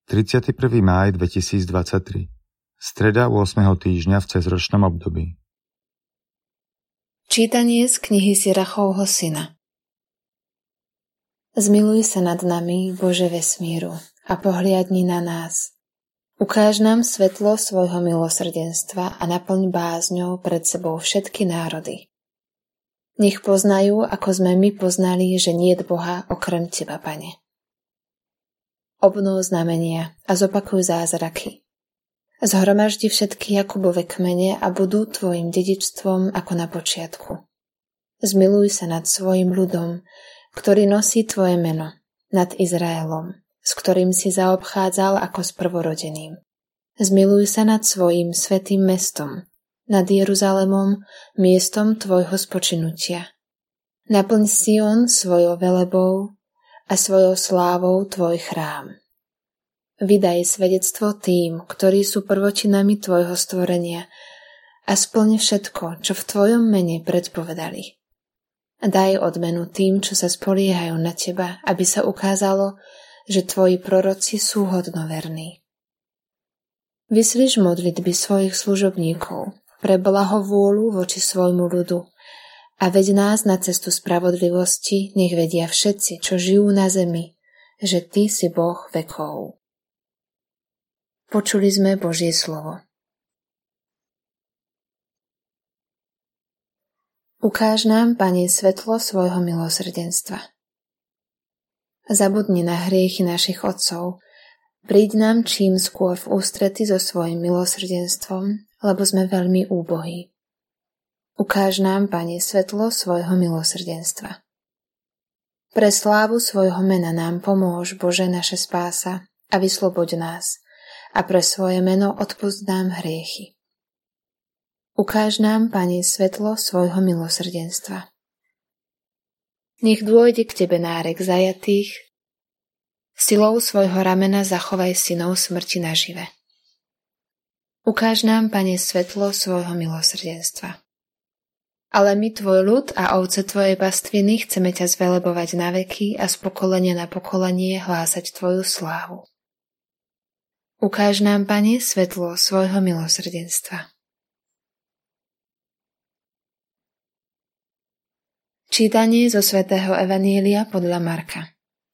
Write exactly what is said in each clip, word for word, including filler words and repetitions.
tridsiateho prvého mája dvetisícdvadsaťtri. Streda ôsmeho týždňa v cezročnom období. Čítanie z knihy Sirachovho syna. Zmiluj sa nad nami, Bože vesmíru, a pohliadni na nás. Ukáž nám svetlo svojho milosrdenstva a naplň bázňou pred sebou všetky národy. Nech poznajú, ako sme my poznali, že niet Boha okrem Teba, Pane. Obnov znamenia a zopakuj zázraky. Zhromaždi všetky Jakubove kmene a budú tvojim dedičstvom ako na počiatku. Zmiluj sa nad svojim ľudom, ktorý nosí tvoje meno, nad Izraelom, s ktorým si zaobchádzal ako s prvorodeným. Zmiluj sa nad svojim svätým mestom, nad Jeruzalemom, miestom tvojho spočinutia. Naplň Sion svojou velebou a svojou slávou tvoj chrám. Vydaj svedectvo tým, ktorí sú prvočinami tvojho stvorenia a splň všetko, čo v tvojom mene predpovedali. Daj odmenu tým, čo sa spoliehajú na teba, aby sa ukázalo, že tvoji proroci sú hodnoverní. Vyslíš modlitby svojich služobníkov pre blahovôľu voči svojmu ľudu a veď nás na cestu spravodlivosti, nech vedia všetci, čo žijú na zemi, že Ty si Boh vekov. Počuli sme Božie slovo. Ukáž nám, Pane, svetlo svojho milosrdenstva. Zabudni na hriechy našich otcov, príď nám čím skôr v ústrety so svojim milosrdenstvom, lebo sme veľmi úbohí. Ukáž nám, Pane, svetlo svojho milosrdenstva. Pre slávu svojho mena nám pomôž, Bože, naše spása, a vysloboď nás, a pre svoje meno odpusť nám hriechy. Ukáž nám, Pane, svetlo svojho milosrdenstva. Nech dôjde k Tebe nárek zajatých, silou svojho ramena zachovaj synov smrti nažive. Ukáž nám, Pane, svetlo svojho milosrdenstva. Ale my, tvoj ľud a ovce tvojej pastviny, chceme ťa zvelebovať na veky a z pokolenia na pokolenie hlásať tvoju slávu. Ukáž nám, Pane, svetlo svojho milosrdenstva. Čítanie zo svätého Evanielia podľa Marka.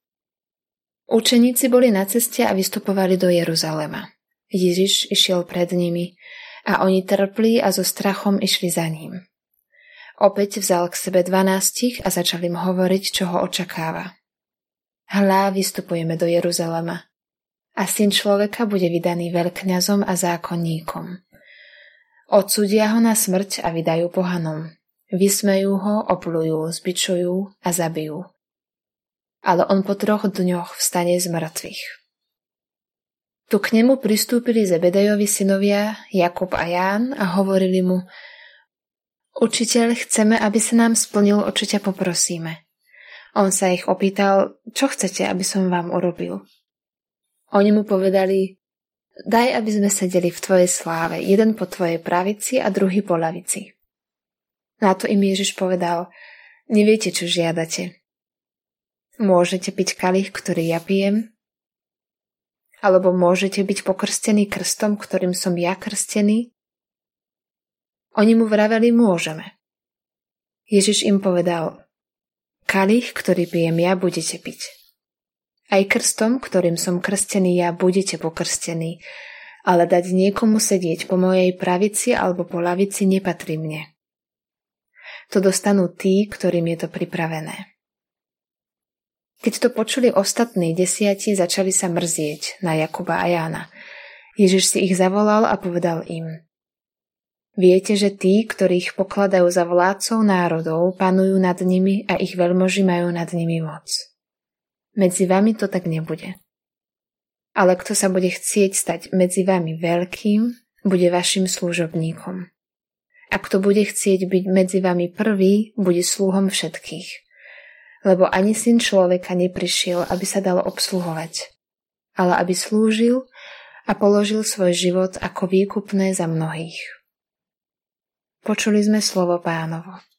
Učeníci boli na ceste a vystupovali do Jeruzalema. Ježiš išiel pred nimi a oni trpli a so strachom išli za ním. Opäť vzal k sebe dvanástich a začal im hovoriť, čo ho očakáva. Hľa, vystupujeme do Jeruzalema a syn človeka bude vydaný veľkňazom a zákonníkom. Odsúdia ho na smrť a vydajú pohanom. Vysmejú ho, oplujú, zbičujú a zabijú. Ale on po troch dňoch vstane z mŕtvych. Tu k nemu pristúpili Zebedajovi synovia Jakub a Ján a hovorili mu: Učiteľ, chceme, aby sa nám splnil, o čo ťa poprosíme. On sa ich opýtal: Čo chcete, aby som vám urobil? Oni mu povedali: Daj, aby sme sedeli v tvojej sláve, jeden po tvojej pravici a druhý po ľavici. Na to im Ježiš povedal: Neviete, čo žiadate. Môžete piť kalich, ktorý ja pijem? Alebo môžete byť pokrstení krstom, ktorým som ja krstený? Oni mu vraveli: Môžeme. Ježiš im povedal: Kalich, ktorý pijem ja, budete piť. Aj krstom, ktorým som krstený ja, budete pokrstení, ale dať niekomu sedieť po mojej pravici alebo po ľavici nepatrí mne. To dostanú tí, ktorým je to pripravené. Keď to počuli ostatní desiati, začali sa mrzieť na Jakuba a Jána. Ježiš si ich zavolal a povedal im: Viete, že tí, ktorých pokladajú za vládcov národov, panujú nad nimi a ich veľmoži majú nad nimi moc. Medzi vami to tak nebude. Ale kto sa bude chcieť stať medzi vami veľkým, bude vašim služobníkom. A kto bude chcieť byť medzi vami prvý, bude sluhom všetkých. Lebo ani syn človeka neprišiel, aby sa dal obsluhovať, ale aby slúžil a položil svoj život ako výkupné za mnohých. Počuli sme slovo Pánovo.